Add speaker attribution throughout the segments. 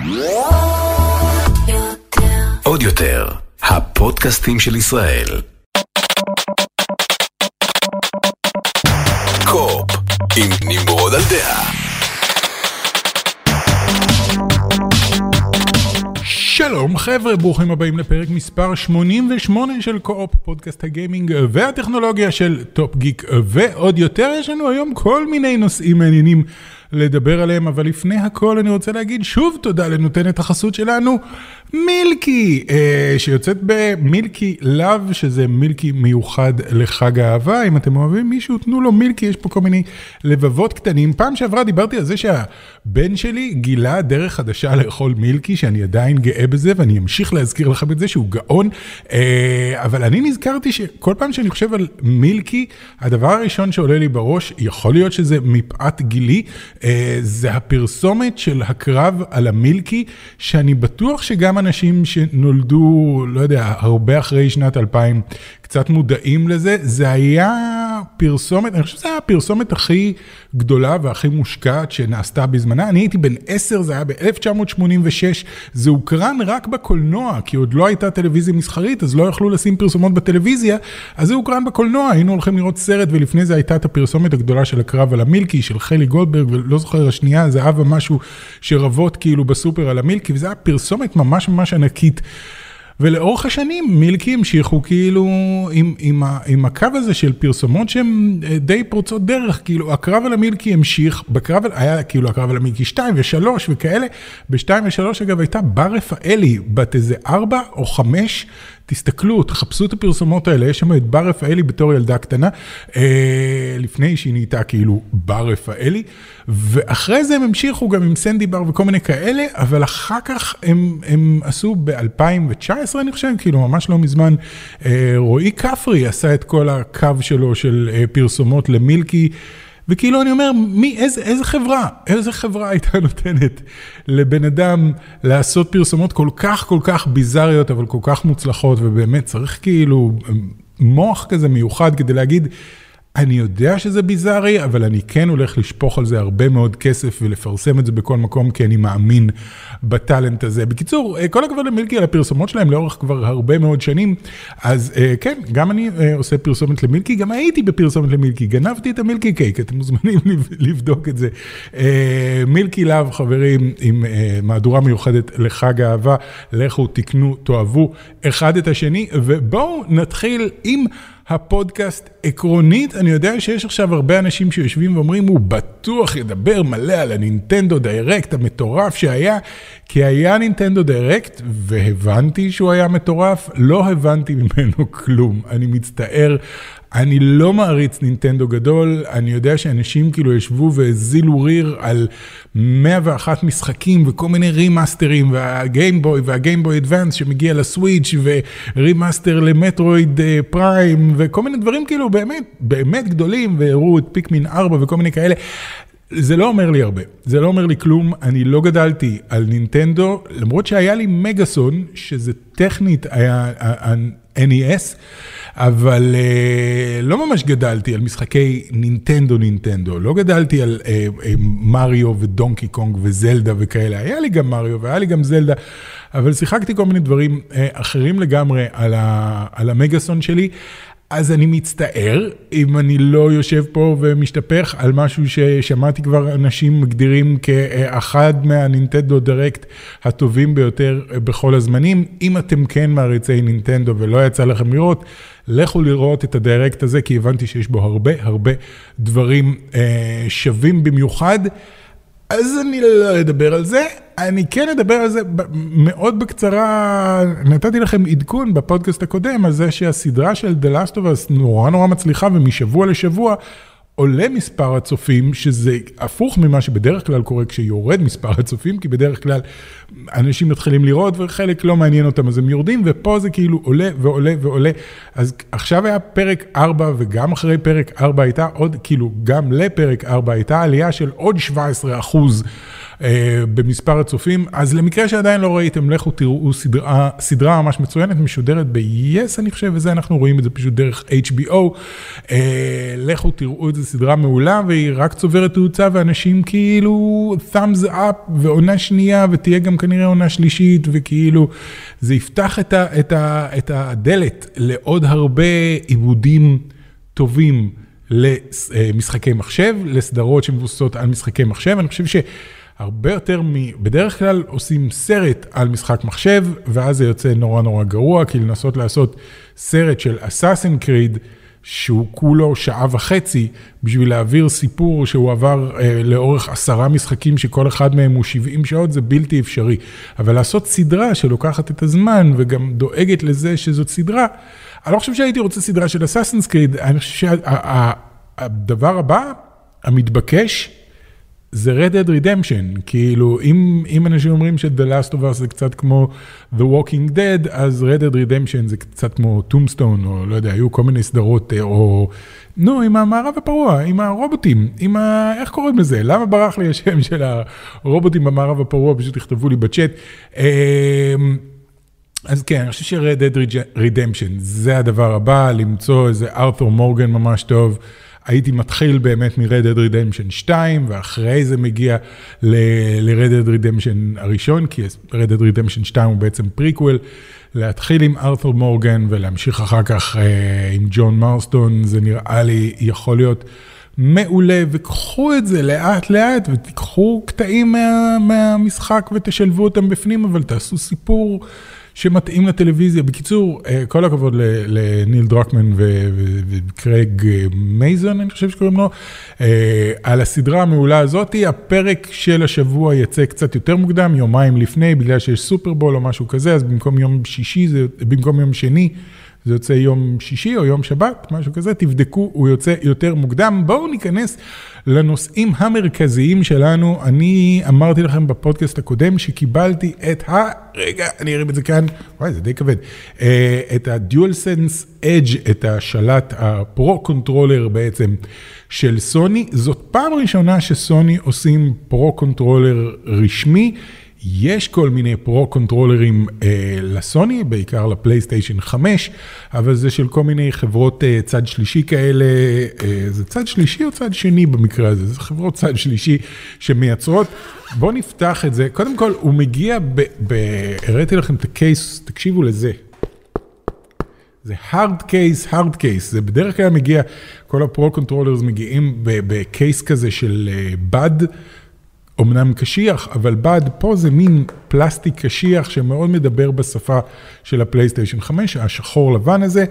Speaker 1: עוד יותר, הפודקאסטים של ישראל. קופ עם נמרוד על דעה.
Speaker 2: שלום חבר'ה, ברוכים הבאים לפרק מספר 88 של קופ, פודקאסט הגיימינג והטכנולוגיה של טופ גיק ועוד יותר. יש לנו היום כל מיני נושאים מעניינים לדבר עליהם, אבל לפני הכל אני רוצה להגיד שוב תודה לנותנת החסות שלנו, מילקי, שיוצאת במילקי לב, שזה מילקי מיוחד לחג האהבה. אם אתם אוהבים מישהו, תנו לו מילקי, יש פה כל מיני לבבות קטנים. פעם שעברה דיברתי על זה שהבן שלי גילה דרך חדשה לאכול מילקי, שאני עדיין גאה בזה, ואני אמשיך להזכיר לכם את זה שהוא גאון, אבל אני נזכרתי שכל פעם שאני חושב על מילקי, הדבר הראשון שעולה לי בראש, יכול להיות שזה מפאת גילי, זה הפרסומת של הקרב על המילקי, שאני בטוח שגם אנשים שנולדו, לא יודע, הרבה אחרי שנת 2000, קצת מודעים לזה. זה היה פרסומת, אני חושב שזה היה הפרסומת הכי גדולה והכי מושקעת שנעשתה בזמנה. אני הייתי בן 10, זה היה ב-1986, זה הוקרן רק בקולנוע, כי עוד לא הייתה טלוויזיה מסחרית, אז לא יכלו לשים פרסומות בטלוויזיה, אז זה הוקרן בקולנוע, היינו הולכים לראות סרט, ולפני זה הייתה את הפרסומת הגדולה של הקרב על המילקי, של חלי גולדברג, ולא זוכר השנייה, זה אהבה משהו שרבות כאילו בסופר על המילקי, וזה היה פרסומת ממש ממש ענקית. ולאורך השנים מילקי המשיכו כאילו עם הקו הזה של פרסומות שהן די פורצות דרך, כאילו הקרב על המילקי המשיך, היה כאילו הקרב על המילקי 2 ו3 וכאלה, ב2 ו3 אגב הייתה בר רפאלי, בת איזה 4 או 5, תסתכלו, תחפשו את הפרסומות האלה, יש שם את בר רפאלי בתור ילדה קטנה, לפני שהיא נהייתה כאילו בר רפאלי, ואחרי זה הם המשיכו גם עם סנדי בר וכל מיני כאלה, אבל אחר כך הם עשו ב-2019 אני חושב, כאילו ממש לא מזמן, רועי כפרי עשה את כל הקו שלו של פרסומות למילקי, וכאילו אני אומר, איזה חברה הייתה נותנת לבן אדם לעשות פרסומות כל כך ביזריות, אבל כל כך מוצלחות, ובאמת צריך כאילו מוח כזה מיוחד כדי להגיד, אני יודע שזה ביזרי, אבל אני כן הולך לשפוך על זה הרבה מאוד כסף, ולפרסם את זה בכל מקום, כי אני מאמין בטלנט הזה. בקיצור, כל הכבוד למילקי על הפרסומות שלהם, לאורך כבר הרבה מאוד שנים, אז כן, גם אני עושה פרסומת למילקי, גם הייתי בפרסומת למילקי, גנבתי את המילקי קייק, אתם מוזמנים לבדוק את זה. מילקי לב, חברים, עם מהדורה מיוחדת לחג האהבה, לכו, תקנו, תאהבו אחד את השני, ובואו נתחיל עם הפודקאסט. עקרונית, אני יודע שיש עכשיו הרבה אנשים שיושבים ואומרים, הוא בטוח ידבר מלא על הנינטנדו דיירקט המטורף שהיה, כי היה נינטנדו דיירקט, והבנתי שהוא היה מטורף, לא הבנתי ממנו כלום. אני מצטער, אני לא מעריץ נינטנדו גדול, אני יודע שאנשים כאילו ישבו והזילו ריר על 101 משחקים וכל מיני רימאסטרים, והגיימבוי והגיימבוי אדוונס שמגיע לסוויץ' ורימאסטר למטרואיד פריים וכל מיני דברים כאילו באמת גדולים, והראו את פיקמין 4 וכל מיני כאלה. זה לא אומר לי הרבה, זה לא אומר לי כלום. אני לא גדלתי על נינטנדו, למרות שהיה לי מגאסון, שזה טכנית היה NES, אבל לא ממש גדלתי על משחקי נינטנדו, לא גדלתי על מריו ודונקי קונג וזלדה וכאלה. היה לי גם מריו והיה לי גם זלדה, אבל שיחקתי כל מיני דברים אחרים לגמרי על המגאסון שלי. אז אני מצטער אם אני לא יושב פה ומשתפך על משהו ששמעתי כבר אנשים מגדירים כאחד מהנינטנדו דירקט הטובים ביותר בכל הזמנים. אם אתם כן מעריצי נינטנדו ולא יצא לכם לראות, לכו לראות את הדירקט הזה, כי הבנתי שיש בו הרבה דברים שווים במיוחד. אז אני לא אדבר על זה, אני כן אדבר על זה מאוד בקצרה. נתתי לכם עדכון בפודקאסט הקודם על זה שהסדרה של The Last of Us נורא מצליחה, ומשבוע לשבוע עולה מספר הצופים, שזה הפוך ממה שבדרך כלל קורה כשיורד מספר הצופים, כי בדרך כלל אנשים מתחילים לראות וחלק לא מעניין אותם, אז הם יורדים, ופה זה כאילו עולה ועולה ועולה. אז עכשיו היה פרק 4, וגם אחרי פרק 4 הייתה עוד, כאילו גם לפרק 4 הייתה עלייה של עוד 17% במספר הצופים. אז למקרה שעדיין לא ראיתם, לכו תראו סדרה ממש מצוינת, משודרת ב-yes אני חושב, וזה אנחנו רואים את זה פשוט דרך HBO. לכו תראו את זה, סדרה מעולה, והיא רק צוברת תאוצה, ואנשים כאילו thumbs up, ועונה שנייה, ותהיה גם כנראה עונה שלישית, וכאילו זה יפתח את הדלת לעוד הרבה עיבודים טובים למשחקי מחשב, לסדרות שמבוססות על משחקי מחשב. אני חושב שהרבה יותר בדרך כלל עושים סרט על משחק מחשב, ואז זה יוצא נורא נורא גרוע, כי לנסות לעשות סרט של Assassin's Creed, שהוא כולו 1.5 שעה, בשביל להעביר סיפור שהוא עבר לאורך 10 משחקים, שכל אחד מהם הוא 70 שעות, זה בלתי אפשרי. אבל לעשות סדרה שלוקחת את הזמן, וגם דואגת לזה שזאת סדרה, אני לא חושב שהייתי רוצה סדרה של Assassin's Creed, אני חושב שהדבר הבא, המתבקש, זה Red Dead Redemption. כאילו, אם אנשים אומרים ש-The Last of Us זה קצת כמו The Walking Dead, אז Red Dead Redemption זה קצת כמו Tombstone, או לא יודע, היו כל מיני סדרות, או עם המערב הפרוע, עם הרובוטים, איך קוראים לזה? למה ברח לי השם של הרובוטים במערב הפרוע? פשוט תכתבו לי בצ'אט. אז כן, אני חושב ש-Red Dead Redemption זה הדבר הבא, למצוא איזה ארת'ור מורגן ממש טוב. הייתי מתחיל באמת מ-Red Dead Redemption 2, ואחרי זה מגיע ל-Red Dead Redemption הראשון, כי Red Dead Redemption 2 הוא בעצם פריקוול, להתחיל עם ארת'ור מורגן, ולהמשיך אחר כך עם ג'ון מרסטון, זה נראה לי יכול להיות מעולה, וקחו את זה לאט לאט, ותיקחו קטעים מהמשחק ותשלבו אותם בפנים, אבל תעשו סיפור שמתאים לטלוויזיה. בקיצור, כל הכבוד לניל דרקמן וקרייג מייזון, אני חושב שקוראים לו, על הסדרה המעולה הזאת. הפרק של השבוע יצא קצת יותר מוקדם, יומיים לפני, בגלל שיש סופרבול או משהו כזה, אז במקום יום שני, זה יוצא יום שישי או יום שבת, משהו כזה, תבדקו, הוא יוצא יותר מוקדם. בואו ניכנס לנושאים המרכזיים שלנו. אני אמרתי לכם בפודקאסט הקודם שקיבלתי רגע, אני אראה את זה כאן, וואי, זה די כבד, את ה-DualSense Edge, את השלט הפרו-קונטרולר בעצם של סוני. זאת פעם ראשונה שסוני עושים פרו-קונטרולר רשמי. יש כל מיני פרו-קונטרולרים לסוני, בעיקר לפלייסטיישן 5, אבל זה של כל מיני חברות צד שלישי כאלה. זה צד שלישי או צד שני במקרה הזה? זה חברות צד שלישי שמייצרות. בואו נפתח את זה. קודם כל, הוא מגיע הראיתי לכם את הקייס, תקשיבו לזה. זה hard case. זה בדרך כלל מגיע, כל הפרו-קונטרולרס מגיעים בקייס כזה של בד, אמנם קשיח, אבל בד פה זה מין פלסטיק קשיח שמאוד מדבר בשפה של הפלייסטיישן 5, השחור לבן הזה,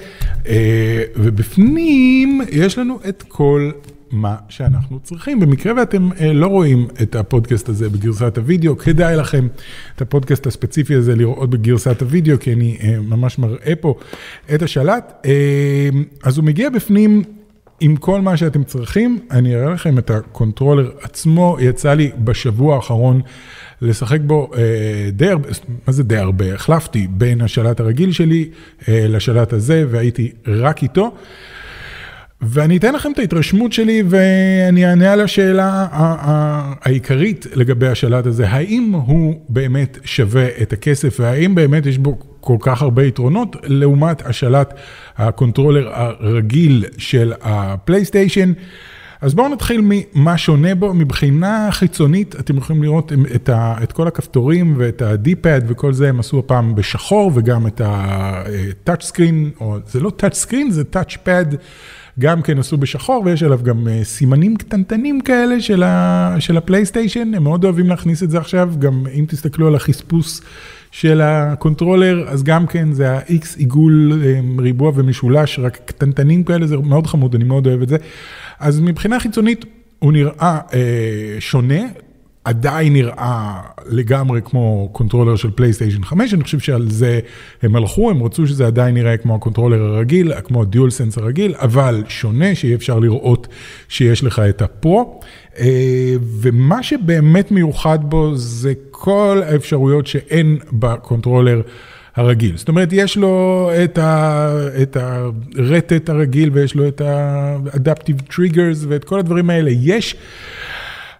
Speaker 2: ובפנים יש לנו את כל מה שאנחנו צריכים. במקרה ואתם לא רואים את הפודקאסט הזה בגרסת הוידאו, כדאי לכם את הפודקאסט הספציפי הזה לראות בגרסת הוידאו, כי אני ממש מראה פה את השלט. אז הוא מגיע בפנים עם כל מה שאתם צריכים. אני אראה לכם את הקונטרולר עצמו. יצא לי בשבוע האחרון לשחק בו די הרבה, מה זה די הרבה? החלפתי בין השלט הרגיל שלי לשלט הזה, והייתי רק איתו. ואני אתן לכם את ההתרשמות שלי, ואני אענה על השאלה העיקרית לגבי השלט הזה. האם הוא באמת שווה את הכסף, והאם באמת יש בו כל כך הרבה יתרונות, לעומת השלט הקונטרולר הרגיל של הפלייסטיישן. אז בואו נתחיל ממה שונה בו. מבחינה חיצונית, אתם יכולים לראות את כל הכפתורים ואת הדי-פד וכל זה, הם עשו הפעם בשחור, וגם את ה-touch screen, או זה לא touch screen, זה touch pad, גם כן עשו בשחור, ויש עליו גם סימנים קטנטנים כאלה של הפלייסטיישן. הם מאוד אוהבים להכניס את זה עכשיו, גם אם תסתכלו על החספוס של הקונטרולר, אז גם כן זה ה-X עיגול ריבוע ומשולש, רק קטנטנים כאלה, זה מאוד חמוד, אני מאוד אוהב את זה. אז מבחינה חיצונית הוא נראה שונה, עדיין נראה לגמרי כמו קונטרולר של פלייסטיישן 5, אני חושב שעל זה הם הלכו, הם רצו שזה עדיין נראה כמו הקונטרולר הרגיל, כמו ה-DualSense הרגיל, אבל שונה, שיהיה אפשר לראות שיש לך את הפרו, ומה שבאמת מיוחד בו זה כל האפשרויות שאין בקונטרולר הרגיל. זאת אומרת, יש לו את הרטט הרגיל, ויש לו את ה-Adaptive Triggers, ואת כל הדברים האלה יש,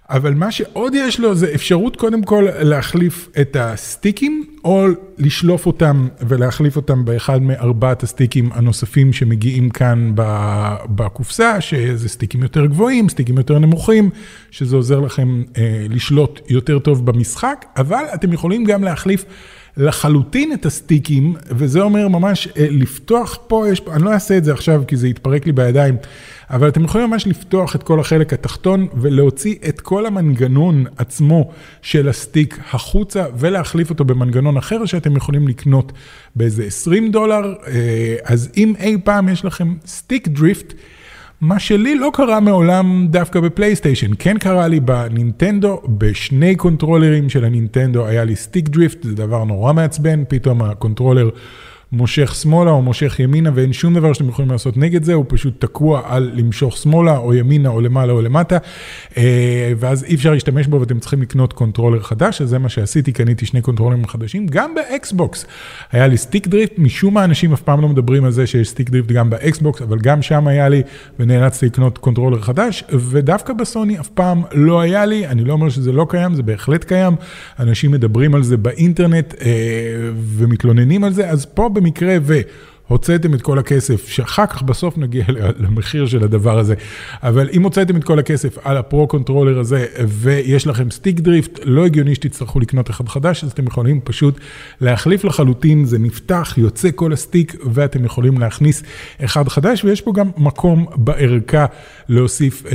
Speaker 2: אבל מה שעוד יש לו זה אפשרות קודם כל להחליף את הסטיקים, או לשלוף אותם ולהחליף אותם באחד מארבעת הסטיקים הנוספים שמגיעים כאן בקופסה, שזה סטיקים יותר גבוהים, סטיקים יותר נמוכים, שזה עוזר לכם לשלוט יותר טוב במשחק, אבל אתם יכולים גם להחליף לחלוטין את הסטיקים, וזה אומר ממש לפתוח פה, אני לא אעשה את זה עכשיו כי זה יתפרק לי בידיים, אבל אתם יכולים ממש לפתוח את כל החלק התחתון ולהוציא את כל המנגנון עצמו של הסטיק החוצה ולהחליף אותו במנגנון אחר שאתם יכולים לקנות באיזה $20. אז אם אי פעם יש לכם סטיק דריפט, מה שלי לא קרה מעולם דווקא בפלייסטיישן, כן קרה לי בנינטנדו, בשני קונטרולרים של הנינטנדו היה לי סטיק דריפט, זה דבר נורא מעצבן, פתאום הקונטרולר מושך שמאלה או מושך ימינה, ואין שום דבר שאתם יכולים לעשות נגד זה, הוא פשוט תקוע על למשוך שמאלה או ימינה או למעלה או למטה, ואז אי אפשר להשתמש בו ואתם צריכים לקנות קונטרולר חדש, אז זה מה שעשיתי, קניתי שני קונטרולרים חדשים, גם באקסבוקס היה לי סטיק דריפט, משום מה אנשים אף פעם לא מדברים על זה שיש סטיק דריפט גם באקסבוקס, אבל גם שם היה לי ונאלצתי לקנות קונטרולר חדש, ודווקא בסוני אף פעם לא היה לי, אני לא אומר שזה לא קיים, זה בהחלט קיים, אנשים מדברים על זה באינטרנט ומתלוננים על זה, אז פה במקרה והוצאתם את כל הכסף, שאחר כך בסוף נגיע למחיר של הדבר הזה, אבל אם הוצאתם את כל הכסף על הפרו קונטרולר הזה, ויש לכם סטיק דריפט, לא הגיוני שתצטרכו לקנות אחד חדש, אז אתם יכולים פשוט להחליף לחלוטין, זה נפתח, יוצא כל הסטיק, ואתם יכולים להכניס אחד חדש, ויש פה גם מקום בערכה להוסיף,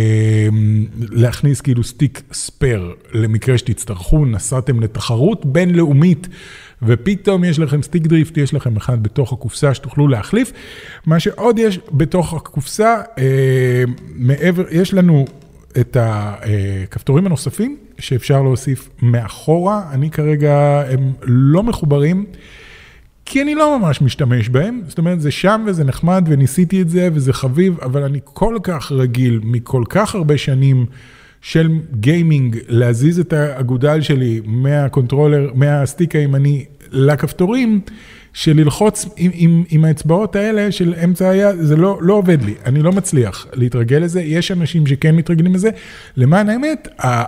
Speaker 2: להכניס כאילו סטיק ספר, למקרה שתצטרכו, נסעתם לתחרות בינלאומית, ופתאום יש לכם סטיק דריפט, יש לכם אחד בתוך הקופסה שתוכלו להחליף. מה שעוד יש בתוך הקופסה, מעבר, יש לנו את הכפתורים הנוספים שאפשר להוסיף מאחורה. אני כרגע, הם לא מחוברים, כי אני לא ממש משתמש בהם. זאת אומרת, זה שם וזה נחמד וניסיתי את זה וזה חביב, אבל אני כל כך רגיל מכל כך הרבה שנים של גיימינג, להזיז את האגודל שלי מהקונטרולר, מהסטיק הימני לכפתורים, שללחוץ עם האצבעות האלה של אמצע היד, זה לא עובד לי, אני לא מצליח להתרגל לזה, יש אנשים שכן מתרגלים לזה, למען האמת,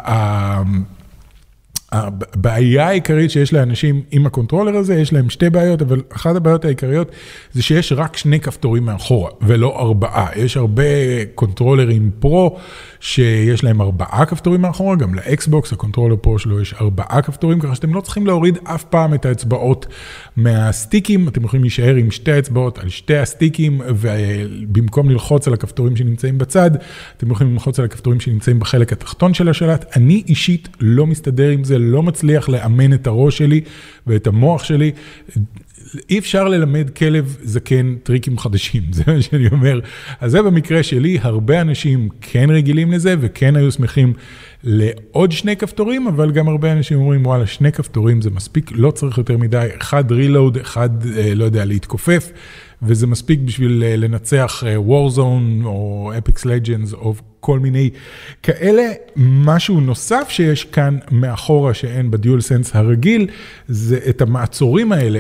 Speaker 2: הבעיה העיקרית שיש לאנשים עם הקונטרולר הזה, יש להם שתי בעיות, אבל אחת הבעיות העיקריות זה שיש רק שני כפתורים מאחורה, ולא 4. יש הרבה קונטרולרים פרו, שיש להם 4 כפתורים מאחורה, גם לאקסבוקס, הקונטרולר פרו שלו יש 4 כפתורים, ככה שאתם לא צריכים להוריד אף פעם את האצבעות מהסטיקים, אתם יכולים להישאר עם שתי האצבעות על שתי הסטיקים, ובמקום ללחוץ על הכפתורים שנמצאים בצד, אתם יכולים ללחוץ על הכפתורים שנמצאים בחלק התחתון של השלט. אני אישית לא מסתדר עם זה, לא מצליח לאמן את הראש שלי ואת המוח שלי. אי אפשר ללמד כלב זקן טריקים חדשים, זה מה שאני אומר. אז זה במקרה שלי, הרבה אנשים כן רגילים לזה, וכן היו שמחים לעוד 2 כפתורים, אבל גם הרבה אנשים אומרים, וואלה, 2 כפתורים זה מספיק, לא צריך יותר מדי, אחד רילוד, אחד, לא יודע, להתכופף, וזה מספיק בשביל לנצח Warzone או Apex Legends או כל מיני כאלה. משהו נוסף שיש כאן מאחורה שאין בדיול סנס הרגיל, זה את המעצורים האלה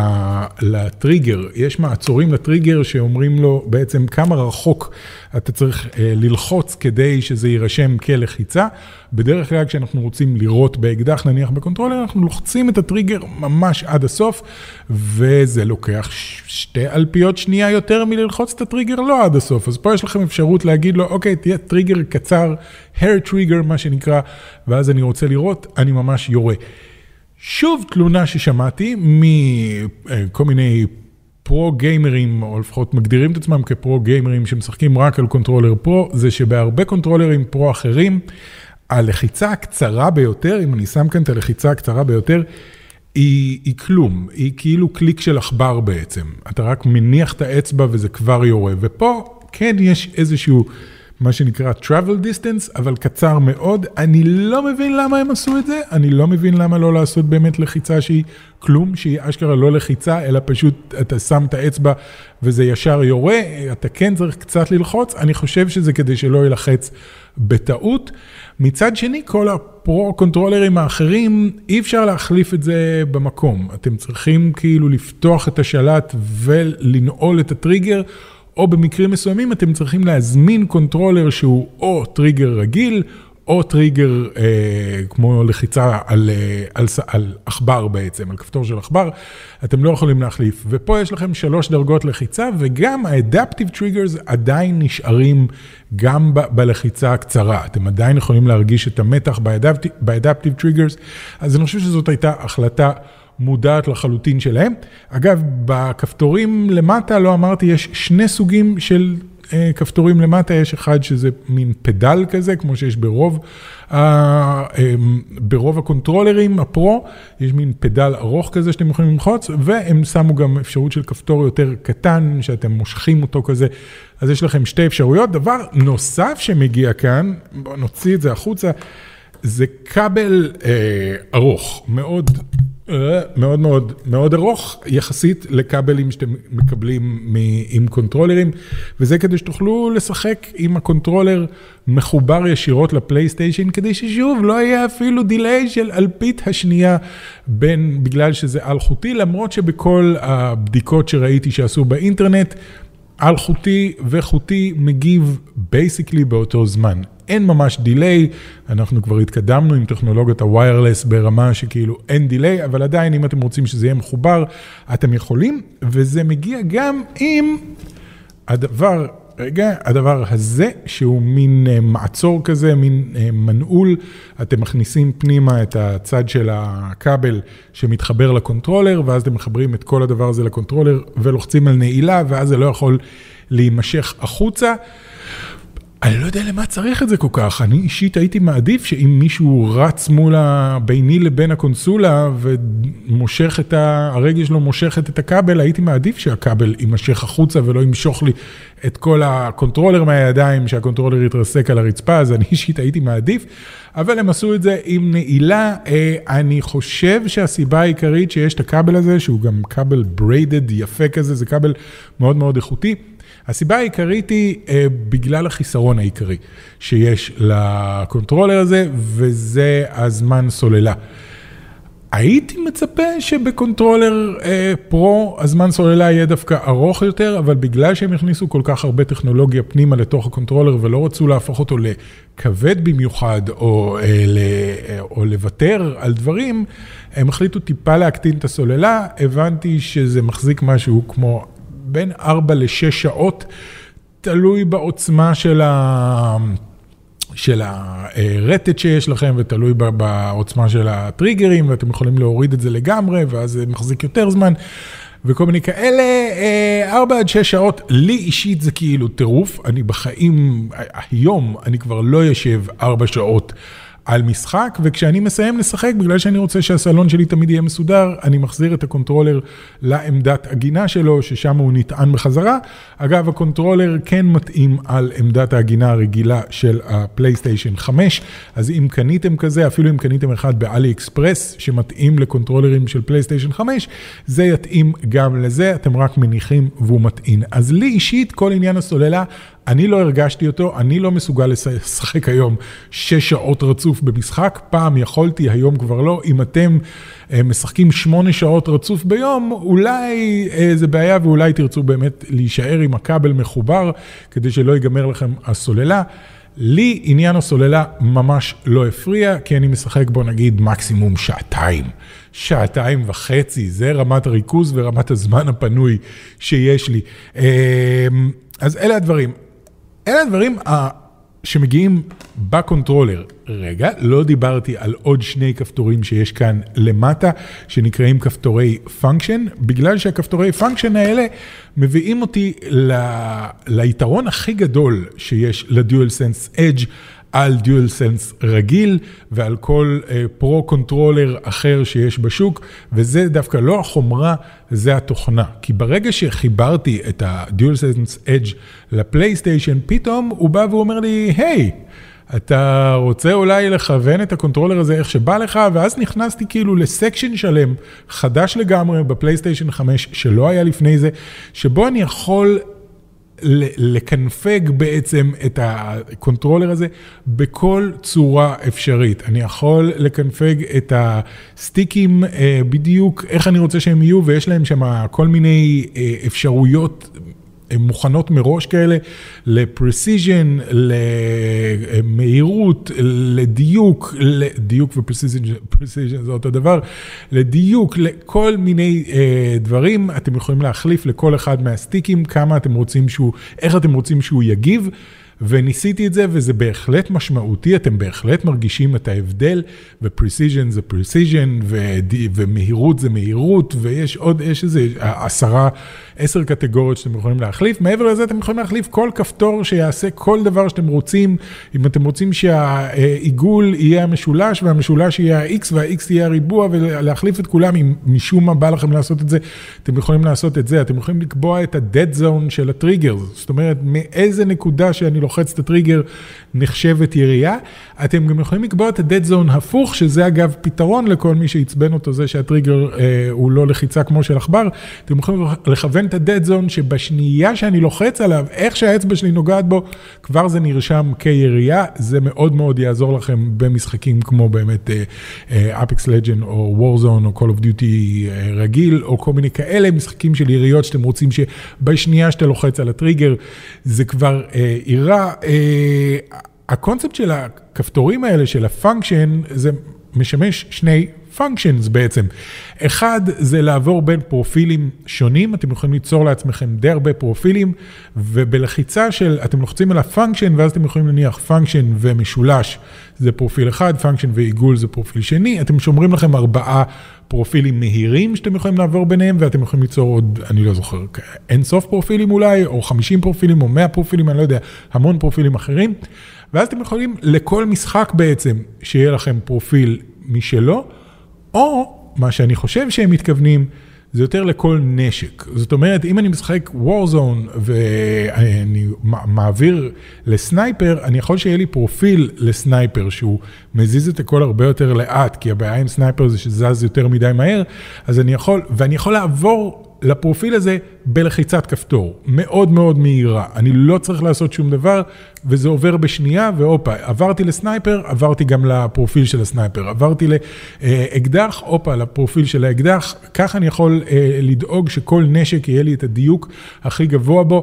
Speaker 2: לטריגר. יש מעצורים לטריגר שאומרים לו בעצם כמה רחוק אתה צריך ללחוץ כדי שזה יירשם כלחיצה. בדרך כלל כשאנחנו רוצים לראות באקדח, נניח בקונטרולר, אנחנו לוחצים את הטריגר ממש עד הסוף, וזה לוקח 2 אלפיות שנייה יותר מללחוץ את הטריגר לא עד הסוף. אז פה יש לכם אפשרות להגיד לו, אוקיי, תהיה טריגר קצר, hair trigger מה שנקרא, ואז אני רוצה לראות, אני ממש יורה. שוב תלונה ששמעתי מכל מיני פרו גיימרים, או לפחות מגדירים את עצמם כפרו גיימרים שמשחקים רק על קונטרולר פרו, זה שבהרבה קונטרולרים פרו אחרים, הלחיצה הקצרה ביותר, אם אני שם כאן את הלחיצה הקצרה ביותר, היא כלום, היא כאילו קליק של עכבר בעצם. אתה רק מניח את האצבע וזה כבר יורה. ופה כן יש איזשהו, מה שנקרא travel distance, אבל קצר מאוד. אני לא מבין למה הם עשו את זה, אני לא מבין למה לא לעשות באמת לחיצה שהיא כלום, שהיא אשכרה לא לחיצה, אלא פשוט אתה שם את האצבע וזה ישר יורה, אתה כן צריך קצת ללחוץ, אני חושב שזה כדי שלא ילחץ בטעות. מצד שני, כל הפרו-קונטרולרים האחרים, אי אפשר להחליף את זה במקום. אתם צריכים כאילו לפתוח את השלט ולנעול את הטריגר, או במקרים מסוימים אתם צריכים להזמין קונטרולר שהוא או טריגר רגיל, או טריגר כמו לחיצה על עכבר בעצם, על כפתור של עכבר, אתם לא יכולים להחליף. ופה יש לכם 3 דרגות לחיצה, וגם ה-Adaptive Triggers עדיין נשארים גם בלחיצה הקצרה. אתם עדיין יכולים להרגיש את המתח ב-Adaptive Triggers, אז אני חושב שזאת הייתה החלטה מודעת לחלוטין שלהם. אגב, בכפתורים למטה, לא אמרתי, יש 2 סוגים של כפתורים למטה, יש אחד שזה מין פדל כזה, כמו שיש ברוב הקונטרולרים, הפרו, יש מין פדל ארוך כזה שאתם יכולים ללחוץ, והם שמו גם אפשרות של כפתור יותר קטן, שאתם מושכים אותו כזה, אז יש לכם 2 אפשרויות. דבר נוסף שמגיע כאן, בואו נוציא את זה החוצה, זה כבל ארוך, מאוד מאוד מאוד ארוך, יחסית לכבלים שאתם מקבלים עם קונטרולרים, וזה כדי שתוכלו לשחק עם הקונטרולר מחובר ישירות לפלייסטיישן, כדי ששוב לא יהיה אפילו דיליי של אלפית השנייה בגלל שזה אלחוטי, למרות שבכל הבדיקות שראיתי שעשו באינטרנט, אלחוטי וחוטי מגיב בייסיקלי באותו זמן. אין ממש דיליי, אנחנו כבר התקדמנו עם טכנולוגיית הוויירלס ברמה שכאילו אין דיליי, אבל עדיין אם אתם רוצים שזה יהיה מחובר, אתם יכולים, וזה מגיע גם עם הדבר הזה, שהוא מין מעצור כזה, מין מנעול, אתם מכניסים פנימה את הצד של הכבל שמתחבר לקונטרולר, ואז אתם מחברים את כל הדבר הזה לקונטרולר, ולוחצים על נעילה, ואז זה לא יכול להימשך החוצה. אני לא יודע למה צריך את זה כל כך, אני אישית הייתי מעדיף שאם מישהו רץ מול ביני לבין הקונסולה ומושך הרגל שלו מושכת את הכבל, הייתי מעדיף שהכבל יימשך החוצה ולא ימשוך לי את כל הקונטרולר מהידיים, שהקונטרולר יתרסק על הרצפה, אז אני אישית הייתי מעדיף, אבל הם עשו את זה עם נעילה. אני חושב שהסיבה העיקרית שיש את הכבל הזה, שהוא גם כבל בריידד יפה כזה, זה כבל מאוד מאוד איכותי, הסיבה העיקרית היא בגלל החיסרון העיקרי שיש לקונטרולר הזה, וזה הזמן סוללה. הייתי מצפה שבקונטרולר פרו הזמן סוללה יהיה דווקא ארוך יותר, אבל בגלל שהם הכניסו כל כך הרבה טכנולוגיה פנימה לתוך הקונטרולר, ולא רצו להפוך אותו לכבד במיוחד, או לוותר על דברים, הם החליטו טיפה להקטין את הסוללה. הבנתי שזה מחזיק משהו כמו בין 4 ל-6 שעות, תלוי בעוצמה של הרטט שיש לכם, ותלוי בעוצמה של הטריגרים, ואתם יכולים להוריד את זה לגמרי, ואז זה מחזיק יותר זמן, וכל מיני כאלה. 4 עד 6 שעות, לי אישית זה כאילו טירוף, אני בחיים, היום אני כבר לא יושב 4 שעות על משחק, וכשאני מסיים לשחק, בגלל שאני רוצה שהסלון שלי תמיד יהיה מסודר, אני מחזיר את הקונטרולר לעמדת הגינה שלו, ששם הוא נטען בחזרה. אגב, הקונטרולר כן מתאים על עמדת ההגינה הרגילה של הפלייסטיישן 5, אז אם קניתם כזה, אפילו אם קניתם אחד באלי אקספרס, שמתאים לקונטרולרים של פלייסטיישן 5, זה יתאים גם לזה, אתם רק מניחים והוא מתאים. אז לי אישית, כל עניין הסוללה, אני לא הרגשתי אותו, אני לא מסוגל לשחק היום 6 שעות רצוף במשחק, פעם יכולתי, היום כבר לא. אם אתם משחקים 8 שעות רצוף ביום, אולי זה בעיה, ואולי תרצו באמת להישאר עם הכבל מחובר, כדי שלא ייגמר לכם הסוללה. לי עניין הסוללה ממש לא הפריע, כי אני משחק בו נגיד מקסימום 2 שעתיים וחצי, זה רמת הריכוז ורמת הזמן הפנוי שיש לי. אז אלה הדברים. אלה הדברים שמגיעים בקונטרולר. רגע, לא דיברתי על עוד 2 כפתורים שיש כאן למטה, שנקראים כפתורי פונקשן, בגלל שהכפתורי פונקשן האלה מביאים אותי ליתרון הכי גדול שיש ל-DualSense Edge, על DualSense רגיל ועל כל פרו-קונטרולר אחר שיש בשוק, וזה דווקא לא החומרה, זה התוכנה. כי ברגע שחיברתי את ה-DualSense Edge לפלייסטיישן, פתאום הוא בא ואומר לי, היי, אתה רוצה אולי לכוון את הקונטרולר הזה איך שבא לך, ואז נכנסתי כאילו לסקשן שלם, חדש לגמרי בפלייסטיישן 5, שלא היה לפני זה, שבו אני יכול לקנפג בעצם את הקונטרולר הזה בכל צורה אפשרית. אני יכול לקנפג את הסטיקים בדיוק איך אני רוצה שהם יהיו, ויש להם שם כל מיני אפשרויות מוכנות מראש כאלה, לפרסיז'ן, למהירות, לדיוק, דיוק ופרסיז'ן זה אותו דבר, לדיוק, לכל מיני דברים, אתם יכולים להחליף לכל אחד מהסטיקים, כמה אתם רוצים איך אתם רוצים שהוא יגיב, וניסיתי את זה, וזה בהחלט משמעותי, אתם בהחלט מרגישים את ההבדל, ופרסיז'ן זה פרסיז'ן, ומהירות זה מהירות, ויש איזה 10 קטגוריות שאתם יכולים להחליף, מעבר לזה אתם יכולים להחליף כל כפתור שיעשה כל דבר שאתם רוצים, אם אתם רוצים שהעיגול יהיה המשולש, והמשולש יהיה ה-X, וה-X יהיה הריבוע, ולהחליף את כולם, אם משום מה בא לכם לעשות את זה, אתם יכולים לעשות את זה, אתם יכולים לקבוע את ה-dead zone של הטריגר, זאת אומרת, מאיזה נקודה שאני לוחץ את הטריגר נחשבת ירייה, אתם גם יכולים לקבוע את ה-dead zone הפוך, שזה אגב פתרון לכל מי שיצבן אותו, זה שהטריגר הוא לא לחיצה כמו של עכבר, אתם יכולים לכוון את ה-dead zone שבשנייה שאני לוחץ עליו, איך שהאצבע שלי נוגעת בו, כבר זה נרשם כירייה, זה מאוד מאוד יעזור לכם במשחקים כמו באמת Apex Legends או Warzone או Call of Duty רגיל, או כל מיני כאלה משחקים של יריות שאתם רוצים שבשנייה שאתה לוחץ על הטריגר, זה כבר יראה. הקונספט של הכפתורים האלה, של הפונקשן, זה משמש שני functions בעצם. אחד זה לעבור בין פרופילים שונים, אתם יכולים ליצור לעצמכם די הרבה פרופילים, ובלחיצה אתם לוחצים על הפונקשן, ואז אתם יכולים להניח פונקשן ומשולש, זה פרופיל אחד, פונקשן ועיגול זה פרופיל שני, אתם שומרים לכם 4 פרופילים מהירים שאתם יכולים לעבור ביניהם, ואתם יכולים ליצור עוד, אני לא זוכר, אין סוף פרופילים אולי, או 50 פרופילים, או 100 פרופילים, אני לא יודע, המון פרופילים אחרים, ואז אתם יכולים לכל משחק בעצם, שיהיה לכם פרופיל משלו, או מה שאני חושב שהם מתכוונים, זה יותר לכל נשק. זאת אומרת, אם אני משחק Warzone ואני מעביר לסנייפר, אני יכול שיהיה לי פרופיל לסנייפר, שהוא מזיז את הכל הרבה יותר לאט, כי הבעיה עם סנייפר זה שזז יותר מדי מהר, אז אני יכול לעבור לפרופיל הזה בלחיצת כפתור, מאוד מאוד מהירה. אני לא צריך לעשות שום דבר, וזה עובר בשנייה, ואופה, עברתי לסנייפר, עברתי גם לפרופיל של הסנייפר, עברתי לאקדח, אופה, לפרופיל של האקדח, כך אני יכול לדאוג שכל נשק יהיה לי את הדיוק הכי גבוה בו.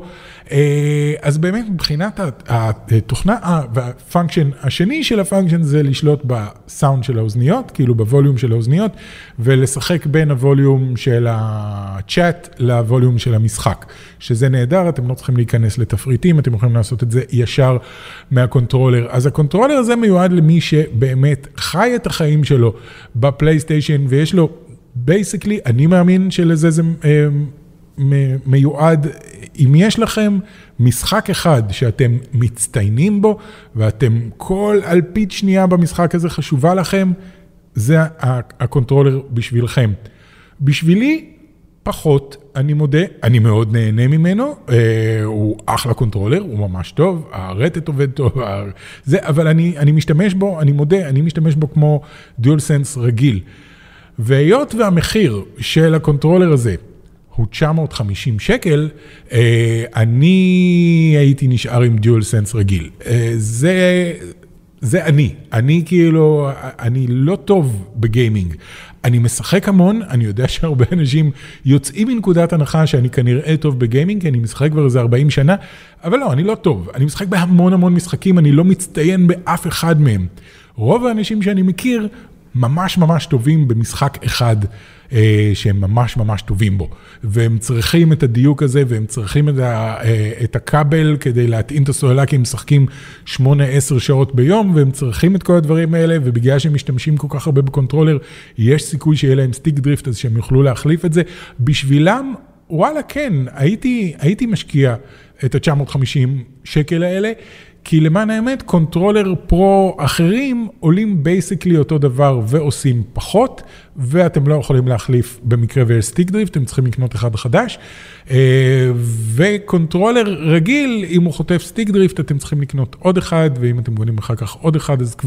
Speaker 2: אז באמת מבחינת התוכנה והפונקשן השני של הפונקשן זה לשלוט בסאונד של האוזניות, כאילו בווליום של האוזניות, ולשחק בין הווליום של הצ'אט לווליום של המשחק, שזה נהדר, אתם לא צריכים להיכנס לתפריטים, אתם יכולים לעשות את זה ישר מהקונטרולר. אז הקונטרולר הזה מיועד למי שבאמת חי את החיים שלו בפלייסטיישן, ויש לו, basically, אני מאמין שלזה זה מיועד, אם יש לכם משחק אחד שאתם מצטיינים בו, ואתם כל אלפית שנייה במשחק הזה חשובה לכם, זה הקונטרולר בשבילכם. בשבילי, פחות, אני מודה, אני מאוד נהנה ממנו, הוא אחלה קונטרולר, הוא ממש טוב, הרטט עובד טוב, אבל אני משתמש בו, אני מודה, אני משתמש בו כמו DualSense רגיל. והיות והמחיר של הקונטרולר הזה הוא 950 שקל, אני הייתי נשאר עם DualSense רגיל. זה אני כאילו, אני לא טוב בגיימינג. אני משחק המון, אני יודע שהרבה אנשים יוצאים מנקודת הנחה שאני כנראה טוב בגיימינג, כי אני משחק כבר איזה 40 שנה, אבל לא, אני לא טוב. אני משחק בהמון משחקים, אני לא מצטיין באף אחד מהם. רוב האנשים שאני מכיר, ממש טובים במשחק אחד, שהם ממש טובים בו. והם צריכים את הדיוק הזה, והם צריכים את הכבל כדי להתאים את הסוללה, כי הם משחקים 8-10 שעות ביום, והם צריכים את כל הדברים האלה, ובגלל שהם משתמשים כל כך הרבה בקונטרולר, יש סיכוי שיהיה להם סטיק דריפט, אז שהם יוכלו להחליף את זה. בשבילם, וואלה כן, הייתי משקיע את ה-950 שקל האלה, כי למען האמת, קונטרולר פרו אחרים עולים בייסיקלי אותו דבר ועושים פחות, ואתם לא יכולים להחליף במקרה ויש סטיק דריפט, אתם צריכים לקנות אחד חדש, וקונטרולר רגיל, אם הוא חוטף סטיק דריפט, אתם צריכים לקנות עוד אחד, ואם אתם גונים אחר כך עוד אחד, אז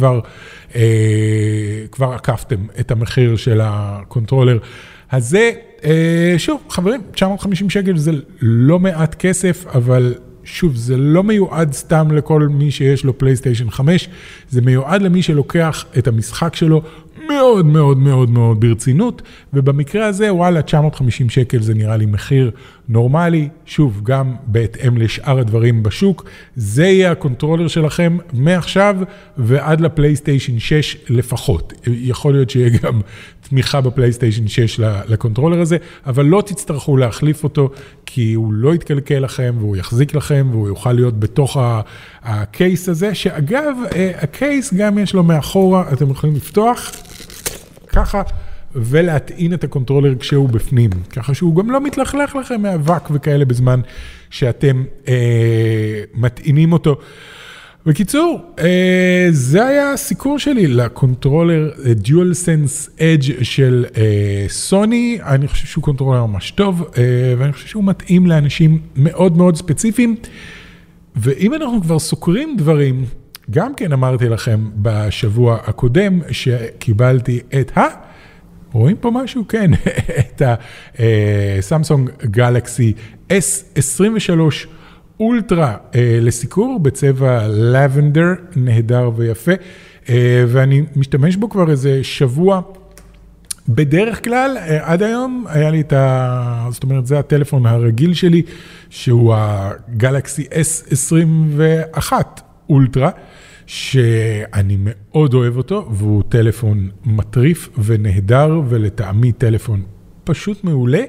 Speaker 2: כבר עקפתם את המחיר של הקונטרולר. אז זה, שוב, חברים, 950 שקל זה לא מעט כסף, אבל שוב, זה לא מיועד סתם לכל מי שיש לו פלייסטיישן 5, זה מיועד למי שלוקח את המשחק שלו מאוד מאוד מאוד מאוד ברצינות, ובמקרה הזה, וואלה, 950 שקל זה נראה לי מחיר נורמלי, שוב, גם בהתאם לשאר הדברים בשוק, זה יהיה הקונטרולר שלכם מעכשיו ועד לפלייסטיישן 6 לפחות. יכול להיות שיהיה גם תמיכה בפלייסטיישן 6 לקונטרולר הזה, אבל לא תצטרכו להחליף אותו, כי הוא לא יתקלקל לכם, והוא יחזיק לכם, והוא יוכל להיות בתוך הקייס הזה, שאגב, הקייס גם יש לו מאחורה, אתם יכולים לפתוח ככה, ולהטעין את הקונטרולר כשהוא בפנים, ככה שהוא גם לא מתלכלך לכם מאבק וכאלה בזמן שאתם מטעינים אותו. בקיצור, זה היה הסיקור שלי לקונטרולר DualSense Edge של סוני, אני חושב שהוא קונטרולר ממש טוב, ואני חושב שהוא מתאים לאנשים מאוד מאוד ספציפיים, ואם אנחנו כבר סוקרים דברים, גם כן אמרתי לכם בשבוע הקודם שקיבלתי את רואים פה משהו? כן, את הסמסונג גלקסי S23 אולטרה לסיקור בצבע לבנדר, נהדר ויפה, ואני משתמש בו כבר איזה שבוע. בדרך כלל, עד היום היה לי זאת אומרת, זה הטלפון הרגיל שלי, שהוא הגלקסי S21 אולטרה, שאני מאוד אוהב אותו, והוא טלפון מטריף ונהדר, ולטעמי טלפון פשוט מעולה.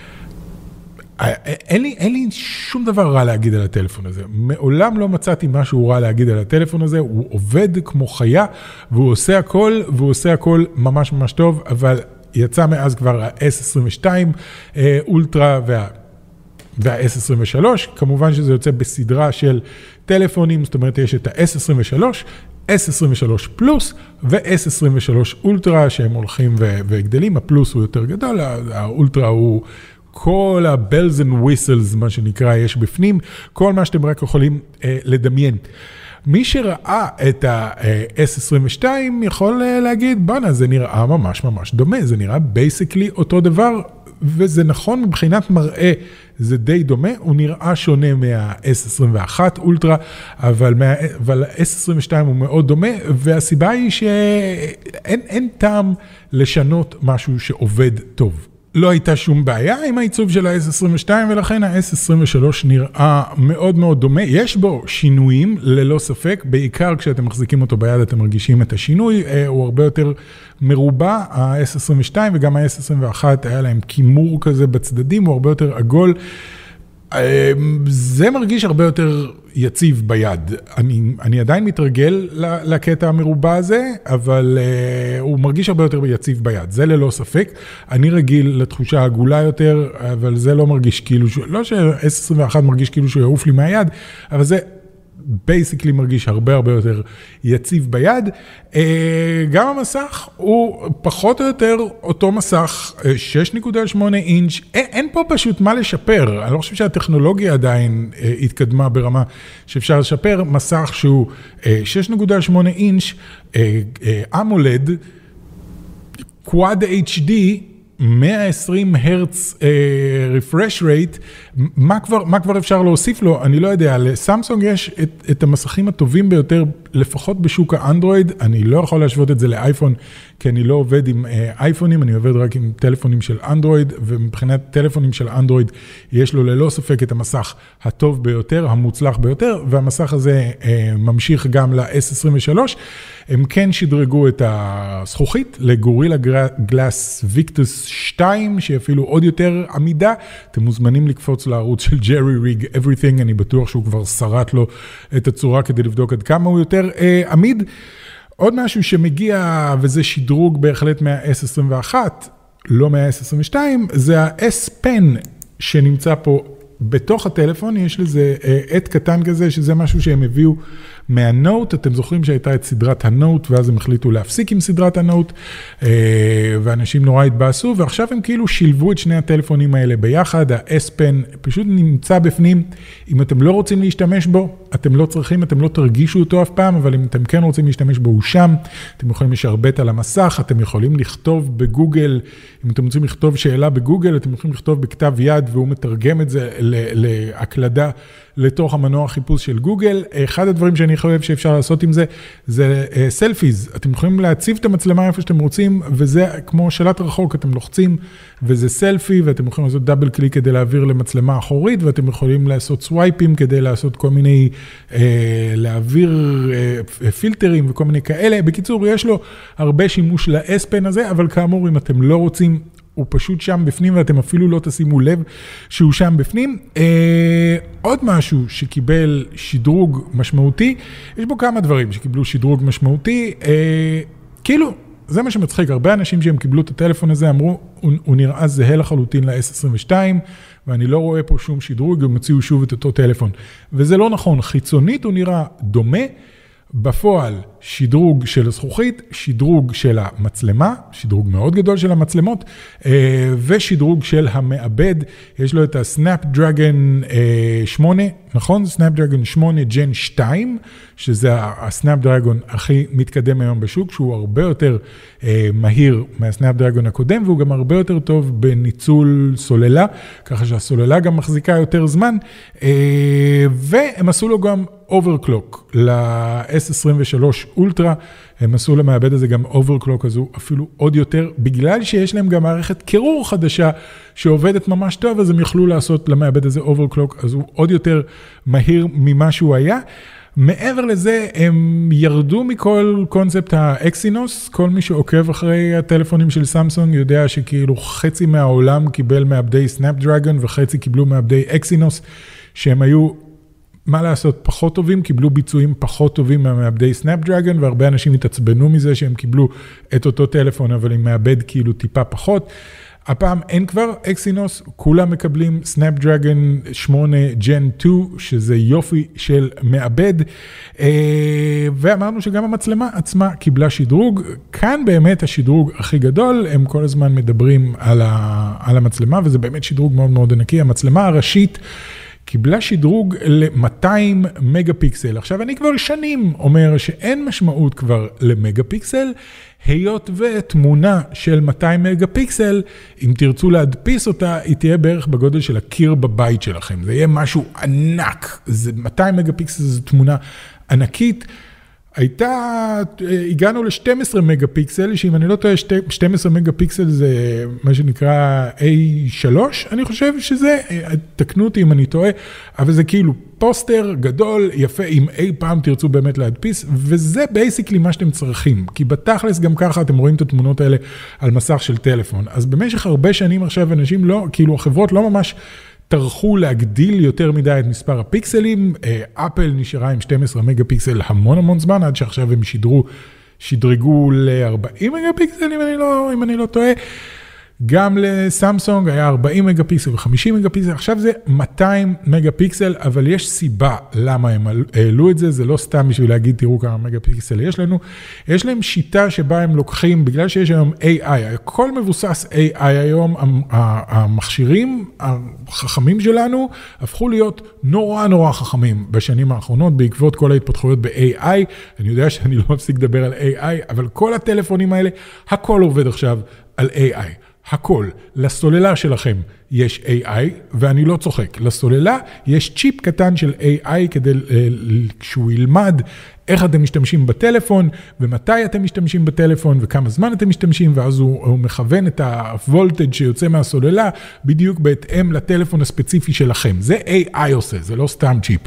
Speaker 2: אין לי שום דבר רע להגיד על הטלפון הזה. מעולם לא מצאתי משהו רע להגיד על הטלפון הזה. הוא עובד כמו חיה, והוא עושה הכל ממש ממש טוב, אבל יצא מאז כבר ה-S22 אולטרה וה-S23, כמובן שזה יוצא בסדרה של טלפונים, זאת אומרת יש את ה-S23, S23 פלוס ו-S23 אולטרה, שהם הולכים וגדלים, הפלוס הוא יותר גדול, האולטרה הוא כל ה-bells and whistles, מה שנקרא, יש בפנים, כל מה שאתם רק יכולים לדמיין. מי שראה את ה-S22 יכול להגיד, בנה, זה נראה ממש ממש דומה, זה נראה basically אותו דבר, וזה נכון מבחינת מראה, זה די דומה, הוא נראה שונה מה-S21 אולטרה, אבל ה-S22 הוא מאוד דומה, והסיבה היא שאין טעם לשנות משהו שעובד טוב. לא הייתה שום בעיה עם העיצוב של ה-S22, ולכן ה-S23 נראה מאוד מאוד דומה. יש בו שינויים, ללא ספק, בעיקר כשאתם מחזיקים אותו ביד, אתם מרגישים את השינוי, הוא הרבה יותר מרובע, ה-S22 וגם ה-S21 היה להם כימור כזה בצדדים, הוא הרבה יותר עגול. זה מרגיש הרבה יותר יציב ביד. אני עדיין מתרגל לקטע המרובע הזה, אבל הוא מרגיש הרבה יותר יציב ביד. זה ללא ספק. אני רגיל לתחושה עגולה יותר, אבל זה לא מרגיש כאילו, לא ש-S21 מרגיש כאילו שהוא יעוף לי מהיד, אבל זה basically מרגיש הרבה הרבה יותר יציב ביד. גם המסך הוא פחות או יותר אותו מסך, 6.8 אינץ', אין פה פשוט מה לשפר, אני לא חושב שהטכנולוגיה עדיין התקדמה ברמה שאפשר לשפר, מסך שהוא 6.8 אינץ', AMOLED, Quad HD, 120 הרץ refresh rate, מה כבר אפשר להוסיף לו? אני לא יודע, לסמסונג יש את המסכים הטובים ביותר, לפחות בשוק האנדרואיד, אני לא יכול להשוות את זה לאייפון, כי אני לא עובד עם אייפונים, אני עובד רק עם טלפונים של אנדרואיד, ומבחינת טלפונים של אנדרואיד, יש לו ללא ספק את המסך הטוב ביותר, המוצלח ביותר, והמסך הזה ממשיך גם ל-S23, הם כן שדרגו את הזכוכית לגורילה גלאס ויקטוס 2, שאפילו עוד יותר עמידה, אתם מוזמנים לקפוץ לערוץ של ג'רי ריג Everything, אני בטוח שהוא כבר שרט לו את הצורה כדי לבדוק עד כמה הוא יותר עמיד. עוד משהו שמגיע, וזה שדרוג בהחלט מה-S21, לא מה-S22, זה ה-S Pen שנמצא פה בתוך הטלפון, יש לזה עט קטן כזה, שזה משהו שהם הביאו מהנוט, אתם זוכרים שהייתה את סדרת הנוט, ואז הם החליטו להפסיק עם סדרת הנוט, ואנשים נורא התבאסו, ועכשיו הם כאילו שילבו את שני הטלפונים האלה ביחד, ה-S Pen פשוט נמצא בפנים, אם אתם לא רוצים להשתמש בו, אתם לא צריכים, אתם לא תרגישו אותו אף פעם, אבל אם אתם כן רוצים להשתמש בו, הוא שם, אתם יכולים לשרבט על המסך, אתם יכולים לכתוב בגוגל, אם אתם רוצים לכתוב שאלה בגוגל, אתם יכולים לכתוב בכתב יד, והוא מתרגם את זה להקלדה לתוך המנוע חיפוש של גוגל. אחד הדברים שאני חושב שאפשר לעשות עם זה, זה סלפיז. אתם יכולים להציב את המצלמה איפה שאתם רוצים, וזה כמו שלט רחוק, אתם לוחצים, וזה סלפי, ואתם יכולים לעשות דאבל קליק כדי להעביר למצלמה אחורית, ואתם יכולים לעשות סווייפים כדי לעשות כל מיני, להעביר פילטרים וכל מיני כאלה. בקיצור, יש לו הרבה שימוש ל-S-Pen הזה, אבל כאמור, אם אתם לא רוצים, הוא פשוט שם בפנים, ואתם אפילו לא תשימו לב שהוא שם בפנים. עוד משהו שקיבל שדרוג משמעותי, יש בו כמה דברים שקיבלו שדרוג משמעותי, כאילו, זה מה שמצחיק, הרבה אנשים שהם קיבלו את הטלפון הזה, אמרו, הוא נראה זהה לחלוטין ל-S22, ואני לא רואה פה שום שדרוג, הם הוציאו שוב את אותו טלפון. וזה לא נכון, חיצונית הוא נראה דומה, בפועל שדרוג של הזכוכית, שדרוג של המצלמה, שדרוג מאוד גדול של המצלמות, ושדרוג של המעבד, יש לו את הסנאפדרגון 8, נכון? סנאפדרגון 8 ג'ן 2, שזה הסנאפדרגון הכי מתקדם היום בשוק, שהוא הרבה יותר מהיר מהסנאפדרגון הקודם, והוא גם הרבה יותר טוב בניצול סוללה, ככה שהסוללה גם מחזיקה יותר זמן, והם עשו לו גם אוברקלוק ל-S23 אולטרה, הם עשו למעבד הזה גם אוברקלוק, אז הוא אפילו עוד יותר, בגלל שיש להם גם מערכת קירור חדשה שעובדת ממש טוב, אז הם יכלו לעשות למעבד הזה אוברקלוק, אז הוא עוד יותר מהיר ממה שהוא היה. מעבר לזה, הם ירדו מכל קונספט האקסינוס, כל מי שעוקב אחרי הטלפונים של סמסונג יודע שכאילו חצי מהעולם קיבל מעבדי סנאפדרגון וחצי קיבלו מעבדי אקסינוס, שהם היו מה לעשות, פחות טובים, קיבלו ביצועים פחות טובים מהמעבדי סנאפדרגון, והרבה אנשים התעצבנו מזה שהם קיבלו את אותו טלפון, אבל עם מעבד כאילו טיפה פחות. הפעם אין כבר אקסינוס, כולם מקבלים סנאפדרגון 8 ג'ן 2, שזה יופי של מעבד, ואמרנו שגם המצלמה עצמה קיבלה שדרוג. כאן באמת השדרוג הכי גדול, הם כל הזמן מדברים על המצלמה, וזה באמת שדרוג מאוד מאוד ענקי. המצלמה הראשית קיבלה שדרוג ל-200 מגה פיקסל. עכשיו, אני כבר שנים אומר שאין משמעות כבר למגה פיקסל, היות ותמונה של 200 מגה פיקסל, אם תרצו להדפיס אותה, היא תהיה בערך בגודל של הקיר בבית שלכם. זה יהיה משהו ענק. 200 מגה פיקסל זו תמונה ענקית. הגענו ל-12 מגה פיקסל, שאם אני לא טועה, 12 מגה פיקסל זה מה שנקרא A3, אני חושב שזה, תקנו אותי אם אני טועה, אבל זה כאילו פוסטר גדול, יפה, אם אי פעם תרצו באמת להדפיס, וזה בייסיקלי מה שאתם צריכים, כי בתכלס גם ככה אתם רואים את התמונות האלה על מסך של טלפון, אז במשך הרבה שנים עכשיו אנשים לא, כאילו החברות לא ממש טרחו להגדיל יותר מדי את מספר הפיקסלים, אפל נשארה עם 12 מגה פיקסל המון זמן, עד שעכשיו הם שדרגו ל-40 מגה פיקסל, אם אני לא טועה, גם לסמסונג היה 40 מגה פיקסל ו-50 מגה פיקסל, עכשיו זה 200 מגה פיקסל, אבל יש סיבה למה הם העלו את זה, זה לא סתם בשביל להגיד, תראו כמה מגה פיקסל יש לנו, יש להם שיטה שבה הם לוקחים, בגלל שיש היום AI, הכל מבוסס AI היום, המכשירים החכמים שלנו הפכו להיות נורא חכמים בשנים האחרונות, בעקבות כל ההתפתחויות ב-AI, אני יודע שאני לא מפסיק לדבר על AI, אבל כל הטלפונים האלה, הכל עובד עכשיו על AI. הכל. לסוללה שלכם יש AI, ואני לא צוחק. לסוללה יש צ'יפ קטן של AI, כדי שהוא ילמד איך אתם משתמשים בטלפון, ומתי אתם משתמשים בטלפון, וכמה זמן אתם משתמשים, ואז הוא מכוון את הוולטג' שיוצא מהסוללה, בדיוק בהתאם לטלפון הספציפי שלכם. זה AI עושה, זה לא סתם צ'יפ.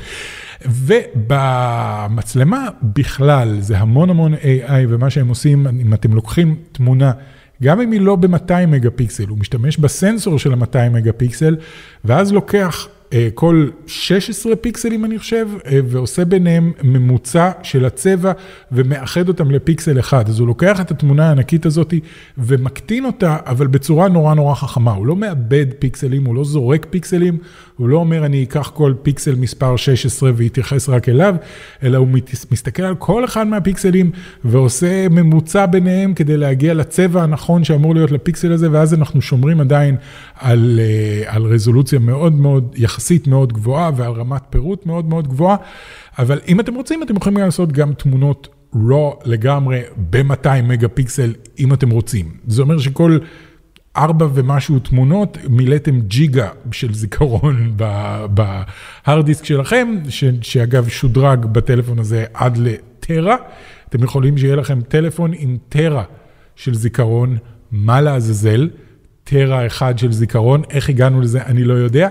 Speaker 2: ובמצלמה בכלל, זה המון AI, ומה שהם עושים, אם אתם לוקחים תמונה, גם אם היא לא ב-200 מגה פיקסל, הוא משתמש בסנסור של ה-200 מגה פיקסל, ואז לוקח כל 16 פיקסלים אני חושב, ועושה ביניהם ממוצע של הצבע, ומאחד אותם לפיקסל אחד. אז הוא לוקח את התמונה הענקית הזאת, ומקטין אותה, אבל בצורה נורא חכמה. הוא לא מאבד פיקסלים, הוא לא זורק פיקסלים, הוא לא אומר אני אקח כל פיקסל מספר 16 ויתייחס רק אליו, אלא הוא מסתכל על כל אחד מהפיקסלים, ועושה ממוצע ביניהם, כדי להגיע לצבע הנכון שאמור להיות לפיקסל הזה, ואז אנחנו שומרים עדיין על רזולוציה מאוד יחסית מאוד גבוהה, ועל רמת פירוט מאוד גבוהה, אבל אם אתם רוצים, אתם יכולים לעשות גם תמונות raw לגמרי, ב-200 מגה פיקסל, אם אתם רוצים. זה אומר שכל 4 ומשהו תמונות, מילאתם ג'יגה של זיכרון בהארד דיסק שלכם, שאגב שודרג בטלפון הזה עד לטרה, אתם יכולים שיהיה לכם טלפון עם טרה של זיכרון, מה לעזאזל, טרה אחד של זיכרון, איך הגענו לזה אני לא יודע,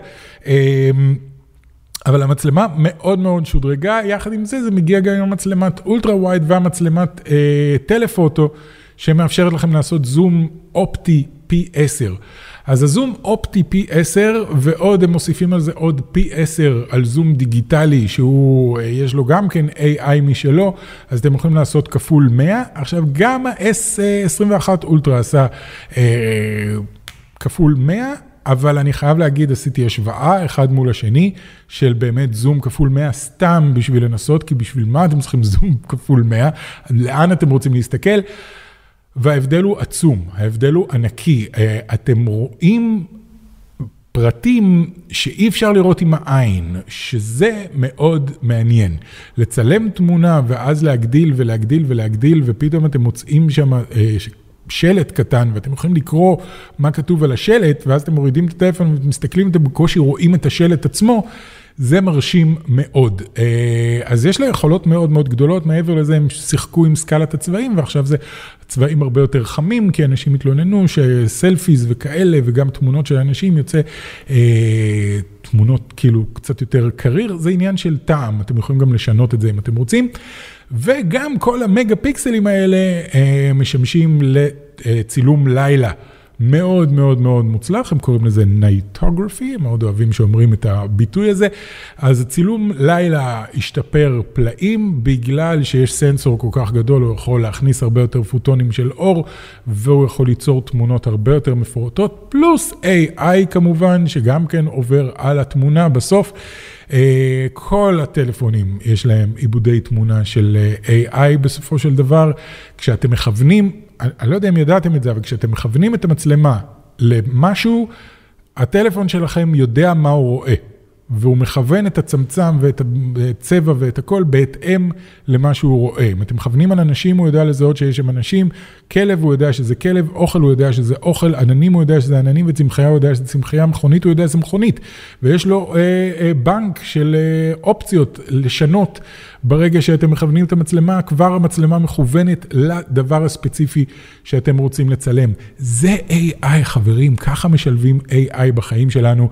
Speaker 2: אבל המצלמה מאוד מאוד שודרגה, יחד עם זה, זה מגיע גם עם המצלמת אולטרה ווייד והמצלמת טלפוטו, שמאפשרת לכם לעשות זום אופטי פי 10. אז הזום אופטי פי 10, ועוד הם מוסיפים על זה עוד פי 10 על זום דיגיטלי, שהוא, יש לו גם כן AI משלו, אז אתם יכולים לעשות כפול 100. עכשיו, גם ה-S21 אולטרה עשה כפול 100, אבל אני חייב להגיד, עשיתי השוואה אחד מול השני, של באמת זום כפול 100 סתם בשביל לנסות, כי בשביל מה אתם צריכים זום כפול 100? לאן אתם רוצים להסתכל? וההבדל הוא עצום, ההבדל הוא ענקי. אתם רואים פרטים שאי אפשר לראות עם העין, שזה מאוד מעניין. לצלם תמונה ואז להגדיל ולהגדיל ולהגדיל, ופתאום אתם מוצאים שם שלט קטן, ואתם יכולים לקרוא מה כתוב על השלט, ואז אתם מורידים את הטלפון ומסתכלים, אתם בקושי רואים את השלט עצמו, זה מרשים מאוד. אז יש לה יכולות מאוד מאוד גדולות, מעבר לזה הם שיחקו עם סקלת הצבעים, ועכשיו זה צבעים הרבה יותר חמים, כי אנשים התלוננו שסלפיז וכאלה, וגם תמונות של אנשים יוצא תמונות כאילו קצת יותר קריר, זה עניין של טעם, אתם יכולים גם לשנות את זה אם אתם רוצים, וגם כל המגה פיקסלים האלה משמשים לצילום לילה, מאוד מאוד מאוד מוצלח, הם קוראים לזה נייטוגרפי, הם מאוד אוהבים שאומרים את הביטוי הזה, אז הצילום לילה השתפר פלאים, בגלל שיש סנסור כל כך גדול, הוא יכול להכניס הרבה יותר פוטונים של אור, והוא יכול ליצור תמונות הרבה יותר מפורטות, פלוס AI כמובן, שגם כן עובר על התמונה בסוף, כל הטלפונים יש להם עיבודי תמונה של AI בסופו של דבר, כשאתם מכוונים, אני לא יודע אם ידעתם את זה, אבל כשאתם מכוונים את המצלמה למשהו, הטלפון שלכם יודע מה הוא רואה, והוא מכוון את הצמצם ואת הצבע ואת הכל בהתאם למה שהוא רואה. אם אתם מכוונים על אנשים, הוא יודע לזהות שיש שם אנשים, כלב הוא יודע שזה כלב, אוכל הוא יודע שזה אוכל, עננים הוא יודע שזה עננים, וצמחייה הוא יודע שזה צמחייה, מכונית הוא יודע שזה מכונית, ויש לו בנק של אופציות לשנות, ברגע שאתם מכוונים את המצלמה, כבר המצלמה מכוונת לדבר הספציפי שאתם רוצים לצלם. זה AI, חברים, ככה משלבים AI בחיים שלנו.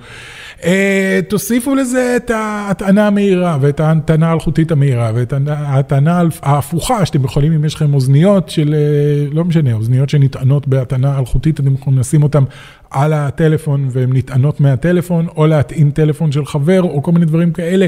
Speaker 2: תוסיפו לזה את ההטענה המהירה, ואת ההטענה האלחוטית המהירה, ואת ההטענה ההפוכה, שאתם יכולים, אם יש לכם אוזניות של, לא משנה, אוזניות שנטענות בהטענה אלחוטית, אתם יכולים לשים אותם על הטלפון, והן נטענות מהטלפון, או להטעין טלפון של חבר, או כל מיני דברים כאלה.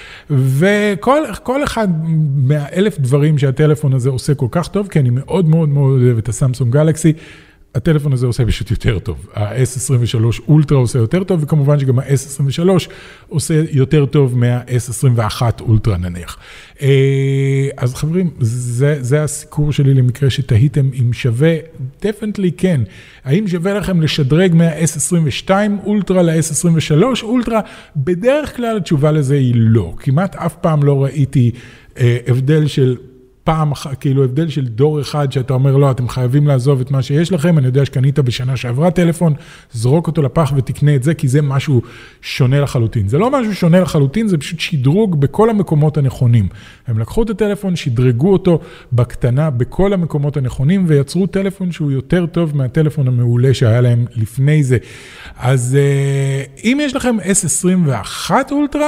Speaker 2: וכל אחד מה1,000 דברים שהטלפון הזה עושה כל כך טוב, כי אני מאוד מאוד מאוד אוהב את הסמסונג גלקסי, הטלפון הזה עושה פשוט יותר טוב. ה-S23 אולטרה עושה יותר טוב, וכמובן שגם ה-S23 עושה יותר טוב מה-S21 אולטרה נניח. אז חברים, זה הסיקור שלי למקרה שתהיתם אם שווה, definitely כן. האם שווה לכם לשדרג מה-S22 אולטרה ל-S23 אולטרה? בדרך כלל התשובה לזה היא לא. כמעט אף פעם לא ראיתי הבדל של פעם, כאילו הבדל של דור אחד שאתה אומר לא, אתם חייבים לעזוב את מה שיש לכם, אני יודע שקנית בשנה שעברה טלפון, זרוק אותו לפח ותקנה את זה, כי זה משהו שונה לחלוטין. זה לא משהו שונה לחלוטין, זה פשוט שדרוג בכל המקומות הנכונים. הם לקחו את הטלפון, שדרגו אותו בקטנה בכל המקומות הנכונים, ויצרו טלפון שהוא יותר טוב מהטלפון המעולה שהיה להם לפני זה. אז אם יש לכם S21 אולטרה,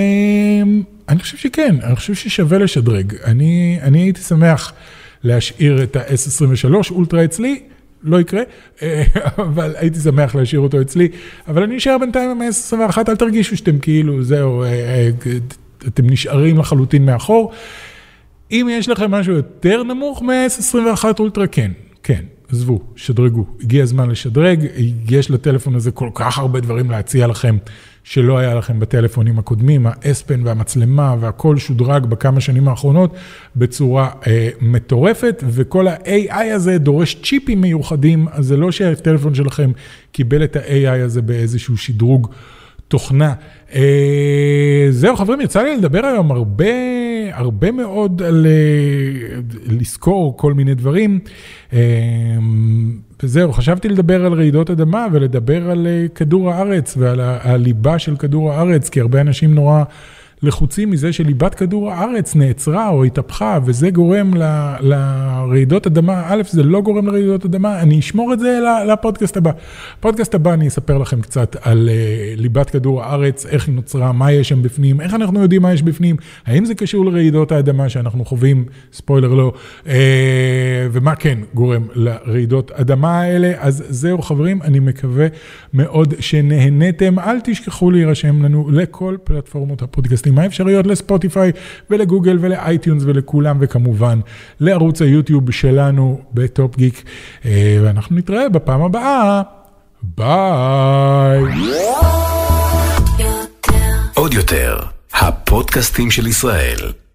Speaker 2: אני חושב שכן, אני חושב ששווה לשדרג. אני הייתי שמח להשאיר את ה-S23 אולטרה אצלי, לא יקרה, אבל הייתי שמח להשאיר אותו אצלי, אבל אני אשאר בינתיים עם ה-S21, אל תרגישו שאתם כאילו, זהו, אתם נשארים לחלוטין מאחור. אם יש לכם משהו יותר נמוך מה-S21 אולטרה, כן, כן. עזבו, שדרגו, הגיע הזמן לשדרג, יש לטלפון הזה כל כך הרבה דברים להציע לכם, שלא היה לכם בטלפונים הקודמים, האספן והמצלמה והכל שודרג בכמה שנים האחרונות, בצורה מטורפת, וכל ה-AI הזה דורש צ'יפים מיוחדים, אז זה לא שהטלפון שלכם קיבל את ה-AI הזה באיזשהו שדרוג תוכנה. זהו חברים, יצא לי לדבר היום הרבה הרבה מאוד על לזכור כל מיני דברים. וזהו, חשבתי לדבר על רעידות אדמה ולדבר על כדור הארץ ועל הליבה של כדור הארץ, כי הרבה אנשים נורא לחוצים מזה שליבת כדור הארץ נעצרה או התהפכה, וזה גורם לרעידות אדמה. א', זה לא גורם לרעידות אדמה, אני אשמור את זה לפודקאסט הבא. בפודקאסט הבא אני אספר לכם קצת על ליבת כדור הארץ, איך היא נוצרה, מה יש שם בפנים, איך אנחנו יודעים מה יש בפנים, האם זה קשור לרעידות האדמה שאנחנו חווים, ספוילר לא, ומה כן גורם לרעידות אדמה האלה. אז זהו חברים, אני מקווה מאוד שנהנתם. אל תשכחו להירשם לנו לכל פלטפורמות הפודקאסט. מה אפשריות לספוטיפיי ולגוגל ולאייטיונס ולכולם, וכמובן לערוץ היוטיוב שלנו בטופ גיק, ואנחנו נתראה בפעם הבאה. ביי.
Speaker 1: עוד יותר, הפודקאסטים של ישראל.